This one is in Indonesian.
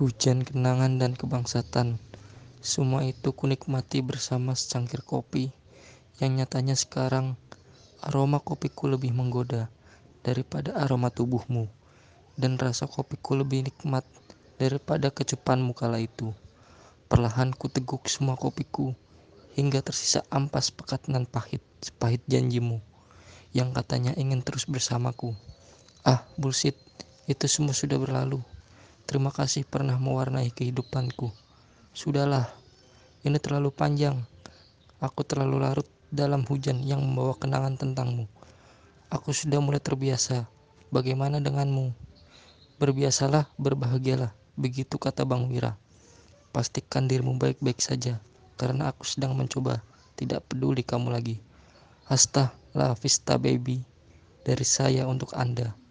Hujan, kenangan, dan kebangsaan. Semua itu kunikmati bersama secangkir kopi, yang nyatanya sekarang aroma kopiku lebih menggoda daripada aroma tubuhmu, dan rasa kopiku lebih nikmat daripada kecupanmu kala itu. Perlahan ku teguk semua kopiku, hingga tersisa ampas pekat nan pahit, sepahit janjimu, yang katanya ingin terus bersamaku. Ah, bullshit, itu semua sudah berlalu. Terima kasih pernah mewarnai kehidupanku. Sudahlah, ini terlalu panjang. Aku terlalu larut dalam hujan yang membawa kenangan tentangmu. Aku sudah mulai terbiasa. Bagaimana denganmu? Berbiasalah, berbahagialah. Begitu kata Bang Wira. Pastikan dirimu baik-baik saja, karena aku sedang mencoba tidak peduli kamu lagi. Hasta la vista baby, dari saya untuk Anda.